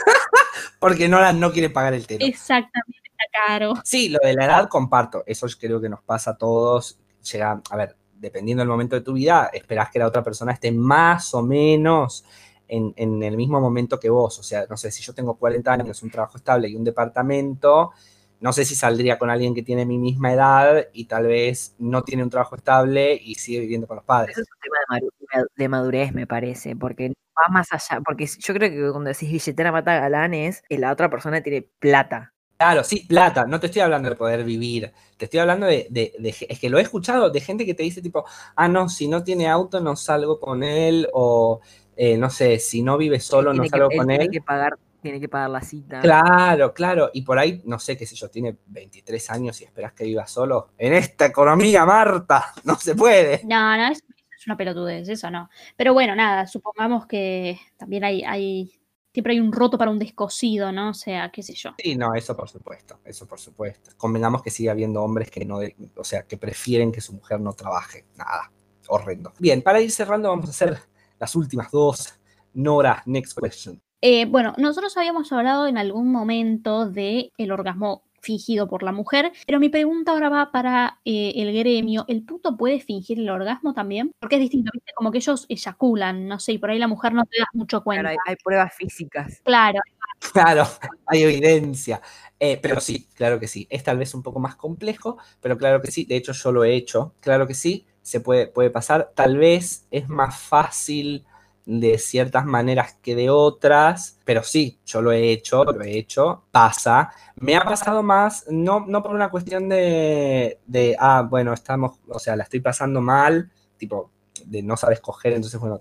Porque Nora no quiere pagar el telo. Exactamente, está caro. Sí, lo de la edad comparto. Eso yo creo que nos pasa a todos. Llega, a ver, dependiendo del momento de tu vida, esperás que la otra persona esté más o menos en el mismo momento que vos. O sea, no sé, si yo tengo 40 años, un trabajo estable y un departamento, no sé si saldría con alguien que tiene mi misma edad y tal vez no tiene un trabajo estable y sigue viviendo con los padres. Eso es un tema de madurez, me parece, porque va más allá, porque yo creo que cuando decís billetera mata galanes, la otra persona tiene plata. Claro, sí, plata, no te estoy hablando de poder vivir, te estoy hablando es que lo he escuchado de gente que te dice tipo, ah, no, si no tiene auto no salgo con él, o no sé, si no vive solo no salgo con él. Tiene que pagar la cita. Claro, claro, y por ahí, no sé, qué sé yo, tiene 23 años y esperás que viva solo. En esta economía, Marta, no se puede. No, es una pelotudez, eso no. Pero bueno, nada, supongamos que también siempre hay un roto para un descosido, ¿no? O sea, qué sé yo. Sí, no, eso por supuesto, eso por supuesto. Convengamos que sigue habiendo hombres que no, o sea, que prefieren que su mujer no trabaje. Nada, horrendo. Bien, para ir cerrando vamos a hacer las últimas dos. Nora, next question. Bueno, nosotros habíamos hablado en algún momento de el orgasmo fingido por la mujer, pero mi pregunta ahora va para el gremio. ¿El puto puede fingir el orgasmo también? Porque es distinto, ¿viste? Como que ellos eyaculan, no sé, y por ahí la mujer no te das mucho cuenta. Claro, hay pruebas físicas. Claro. Claro, hay evidencia. Pero sí, claro que sí. Es tal vez un poco más complejo, pero claro que sí. De hecho, yo lo he hecho. Claro que sí, se puede pasar. Tal vez es más fácil de ciertas maneras que de otras, pero sí, yo lo he hecho, pasa. Me ha pasado más, no por una cuestión bueno, estamos, o sea, la estoy pasando mal, tipo, de no sabes coger, entonces, bueno,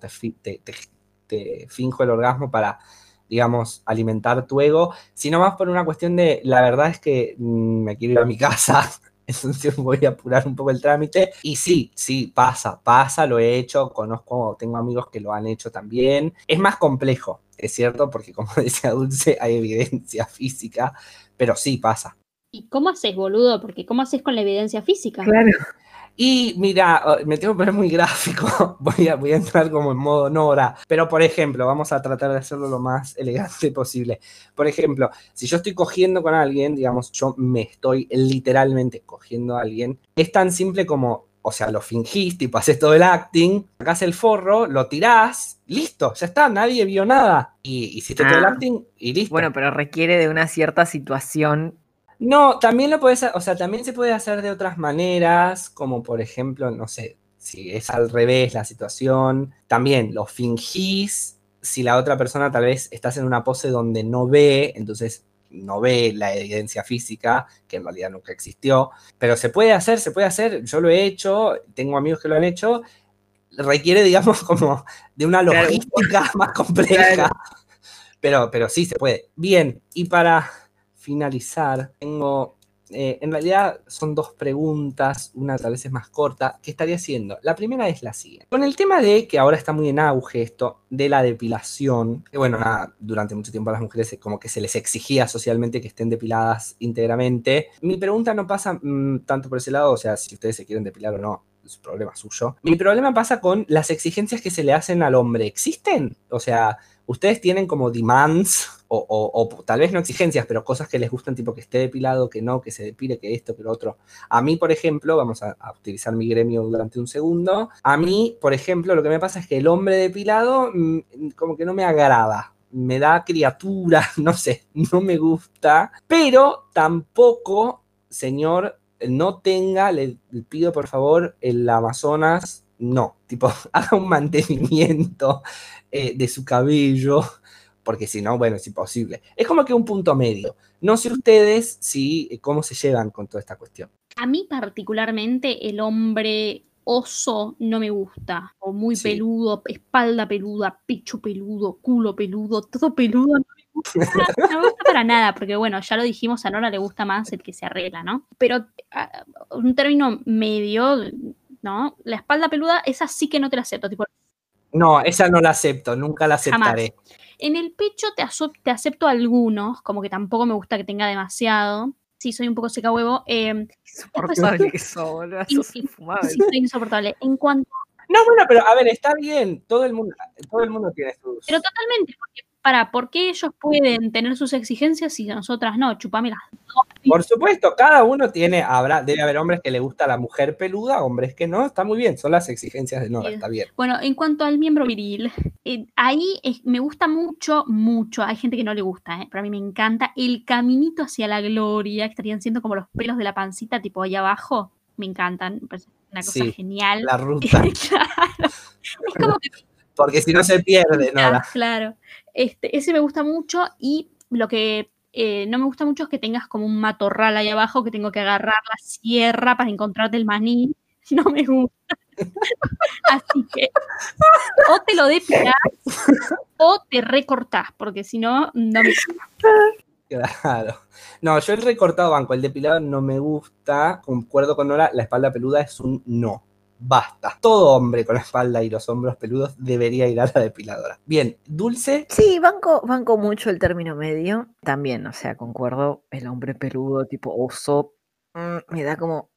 te finjo el orgasmo para, digamos, alimentar tu ego, sino más por una cuestión de, la verdad es que me quiero ir a mi casa, entonces voy a apurar un poco el trámite. Y sí, pasa, lo he hecho, tengo amigos que lo han hecho también. Es más complejo, es cierto, porque como decía Dulce, hay evidencia física, pero sí pasa. ¿Y cómo haces, boludo? Porque ¿cómo haces con la evidencia física? Claro. Y mira, me tengo que poner muy gráfico, voy a entrar como en modo Nora, pero por ejemplo, vamos a tratar de hacerlo lo más elegante posible. Por ejemplo, si yo estoy cogiendo con alguien, digamos, yo me estoy literalmente cogiendo a alguien, es tan simple como, o sea, lo fingís, tipo, haces todo el acting, sacás el forro, lo tirás, listo, ya está, nadie vio nada. Y hiciste todo el acting y listo. Bueno, pero requiere de una cierta situación. No, también o sea, también se puede hacer de otras maneras, como por ejemplo, no sé, si es al revés la situación, también lo fingís, si la otra persona tal vez estás en una pose donde no ve, entonces no ve la evidencia física, que en realidad nunca existió, pero se puede hacer, yo lo he hecho, tengo amigos que lo han hecho, requiere, digamos, como de una logística más compleja, pero sí se puede. Bien, y para finalizar, tengo En realidad son dos preguntas, una tal vez es más corta, que estaría haciendo. La primera es la siguiente. Con el tema de que ahora está muy en auge esto de la depilación, que bueno, nada, durante mucho tiempo a las mujeres como que se les exigía socialmente que estén depiladas íntegramente. Mi pregunta no pasa tanto por ese lado, o sea, si ustedes se quieren depilar o no, es un problema suyo. Mi problema pasa con las exigencias que se le hacen al hombre. ¿Existen? O sea, ustedes tienen como demands o tal vez no exigencias, pero cosas que les gustan, tipo que esté depilado, que no, que se depile, que esto, que lo otro. A mí, por ejemplo, vamos a utilizar mi gremio durante un segundo. A mí, por ejemplo, lo que me pasa es que el hombre depilado como que no me agrada. Me da criatura, no sé, no me gusta. Pero tampoco, señor, no tenga, le pido por favor, el Amazonas, no, tipo, haga un mantenimiento de su cabello, porque si no, bueno, es imposible. Es como que un punto medio. No sé ustedes si, cómo se llevan con toda esta cuestión. A mí particularmente el hombre oso no me gusta, o muy Sí. peludo, espalda peluda, pecho peludo, culo peludo, todo peludo, no me gusta, no me gusta para nada, porque bueno, ya lo dijimos, a Nora le gusta más el que se arregla, ¿no? Pero un término medio, ¿no? La espalda peluda, esa sí que no te la acepto, tipo, No, esa no la acepto, nunca la jamás. aceptaré. En el pecho te acepto algunos, como que tampoco me gusta que tenga demasiado. Sí, soy un poco seca huevo. Insoportable que sos, boludo, sos infumable. Sí, soy insoportable. En cuanto. No, bueno, pero a ver, está bien, todo el mundo tiene sus... Pero totalmente, porque, ¿por qué ellos pueden tener sus exigencias y nosotras no? Chupame las dos. Por supuesto, cada uno tiene, debe haber hombres que le gusta la mujer peluda, hombres que no, está muy bien, son las exigencias de Nora, está bien. Bueno, en cuanto al miembro viril, ahí me gusta mucho, hay gente que no le gusta, pero a mí me encanta el caminito hacia la gloria, que estarían siendo como los pelos de la pancita, tipo ahí abajo, me encantan, me parece una cosa genial. La ruta. Claro. Es como que porque si no se pierde, Nora. Claro. Ese me gusta mucho y lo que no me gusta mucho es que tengas como un matorral ahí abajo que tengo que agarrar la sierra para encontrarte el maní. No me gusta. Así que o te lo depilás o te recortás, porque si no, no me gusta. Claro. No, yo el recortado banco, el depilado no me gusta, concuerdo con Nora, la espalda peluda es un no. Basta. Todo hombre con la espalda y los hombros peludos debería ir a la depiladora. Bien, Dulce. Sí, banco mucho el término medio. También, o sea, concuerdo, el hombre peludo tipo oso me da como...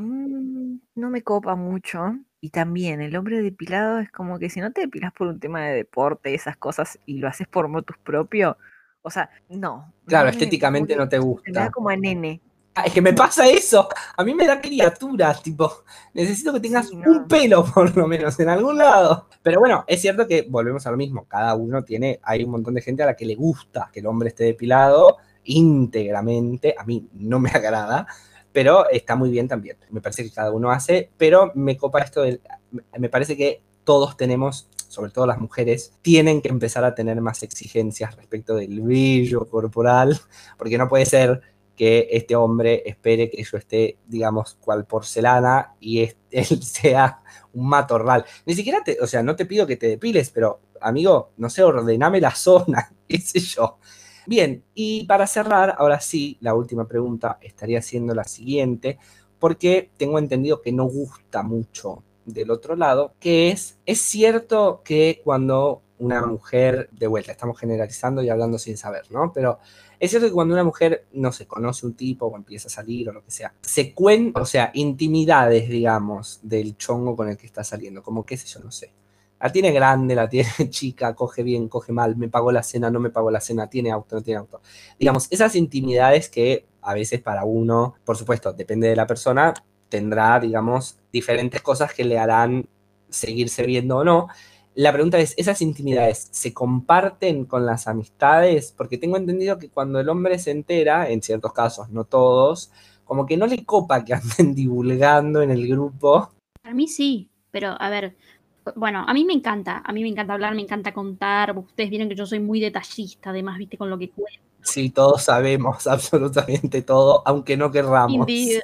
no me copa mucho. Y también el hombre depilado es como que si no te depilas por un tema de deporte, esas cosas, y lo haces por motus propio, o sea, no. Claro, no estéticamente no te gusta. Me da como a nene. Es que me pasa eso. A mí me da criaturas, tipo, necesito que tengas Sí, no. un pelo por lo menos en algún lado. Pero bueno, es cierto que volvemos a lo mismo. Cada uno hay un montón de gente a la que le gusta que el hombre esté depilado íntegramente. A mí no me agrada, pero está muy bien también. Me parece que cada uno hace, pero me copa esto me parece que todos tenemos, sobre todo las mujeres, tienen que empezar a tener más exigencias respecto del vello corporal, porque no puede ser que este hombre espere que yo esté, digamos, cual porcelana y él sea un matorral. Ni siquiera o sea, no te pido que te depiles, pero, amigo, no sé, ordename la zona, qué sé yo. Bien, y para cerrar, ahora sí, la última pregunta estaría siendo la siguiente, porque tengo entendido que no gusta mucho del otro lado, que es cierto que cuando una mujer, de vuelta, estamos generalizando y hablando sin saber, ¿no? Pero es cierto que cuando una mujer, no sé, conoce un tipo o empieza a salir o lo que sea, se cuenta, o sea, intimidades, digamos, del chongo con el que está saliendo, como qué sé yo, no sé. La tiene grande, la tiene chica, coge bien, coge mal, me pagó la cena, no me pagó la cena, tiene auto, no tiene auto. Digamos, esas intimidades que a veces para uno, por supuesto, depende de la persona, tendrá, digamos, diferentes cosas que le harán seguirse viendo o no. La pregunta es, ¿esas intimidades se comparten con las amistades? Porque tengo entendido que cuando el hombre se entera, en ciertos casos, no todos, como que no le copa que anden divulgando en el grupo. Para mí sí, pero a ver, bueno, a mí me encanta hablar, me encanta contar, ustedes vieron que yo soy muy detallista, además, viste, con lo que cuento. Sí, todos sabemos absolutamente todo, aunque no querramos. Indeed.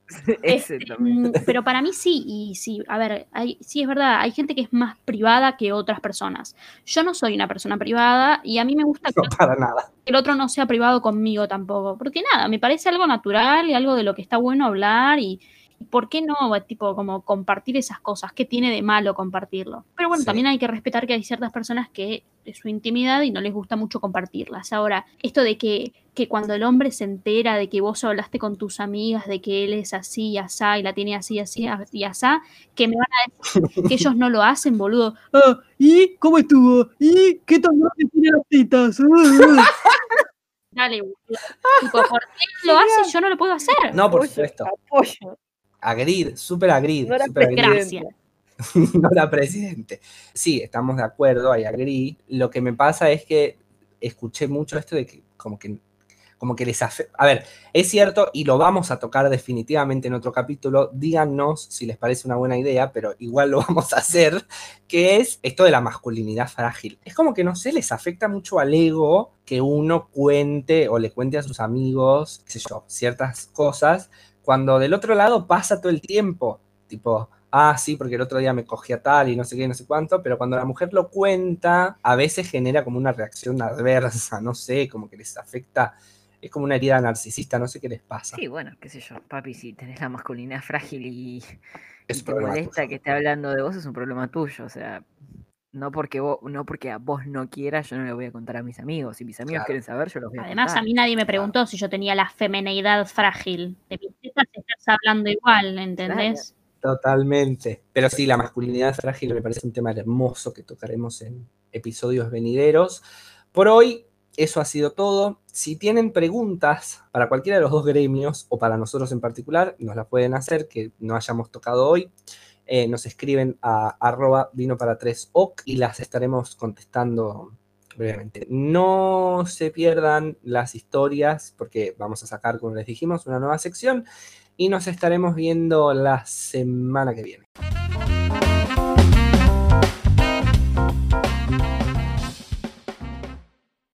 Exactamente. Pero para mí sí, y sí, a ver, sí es verdad, hay gente que es más privada que otras personas. Yo no soy una persona privada y a mí me gusta No, para nada. que el otro no sea privado conmigo tampoco, porque nada, me parece algo natural y algo de lo que está bueno hablar y ¿por qué no? Tipo, como compartir esas cosas, ¿qué tiene de malo compartirlo? Pero bueno, Sí. también hay que respetar que hay ciertas personas que es su intimidad y no les gusta mucho compartirlas. Ahora, esto de que cuando el hombre se entera de que vos hablaste con tus amigas, de que él es así y asá, y la tiene así, así y asá, que me van a decir que ellos no lo hacen, boludo. Ah, ¿y cómo estuvo? ¿Y qué tan grandes tiene las tetas? Dale, boludo. Tipo, ¿por qué él lo hace y yo no lo puedo hacer? No, por Apoyo, supuesto. apoyo. Agreed, súper agreed. No era Súper agreed. Gracias. No la presidente. Sí, estamos de acuerdo, I agree. Lo que me pasa es que escuché mucho esto de que como que les afecta. A ver, es cierto y lo vamos a tocar definitivamente en otro capítulo. Díganos si les parece una buena idea, pero igual lo vamos a hacer, que es esto de la masculinidad frágil. Es como que, no sé, les afecta mucho al ego que uno cuente o le cuente a sus amigos, qué sé yo, ciertas cosas, cuando del otro lado pasa todo el tiempo. Tipo, sí, porque el otro día me cogí a tal y no sé qué, no sé cuánto, pero cuando la mujer lo cuenta, a veces genera como una reacción adversa, no sé, como que les afecta, es como una herida narcisista, no sé qué les pasa. Sí, bueno, qué sé yo, papi, si tenés la masculinidad frágil y Es un te problema molesta tuyo. que esté hablando de vos, es un problema tuyo. O sea, no porque a vos no quieras, yo no le voy a contar a mis amigos. Si mis amigos Claro. quieren saber, yo los voy a Además, a contar. mí nadie me preguntó si yo tenía la femineidad frágil. De mis tetas estás hablando igual, ¿entendés? Totalmente. Pero sí, la masculinidad frágil me parece un tema hermoso que tocaremos en episodios venideros. Por hoy, eso ha sido todo. Si tienen preguntas para cualquiera de los dos gremios o para nosotros en particular, nos las pueden hacer que no hayamos tocado hoy. Nos escriben a @vino-para-3oc y las estaremos contestando brevemente. No se pierdan las historias porque vamos a sacar, como les dijimos, una nueva sección y nos estaremos viendo la semana que viene.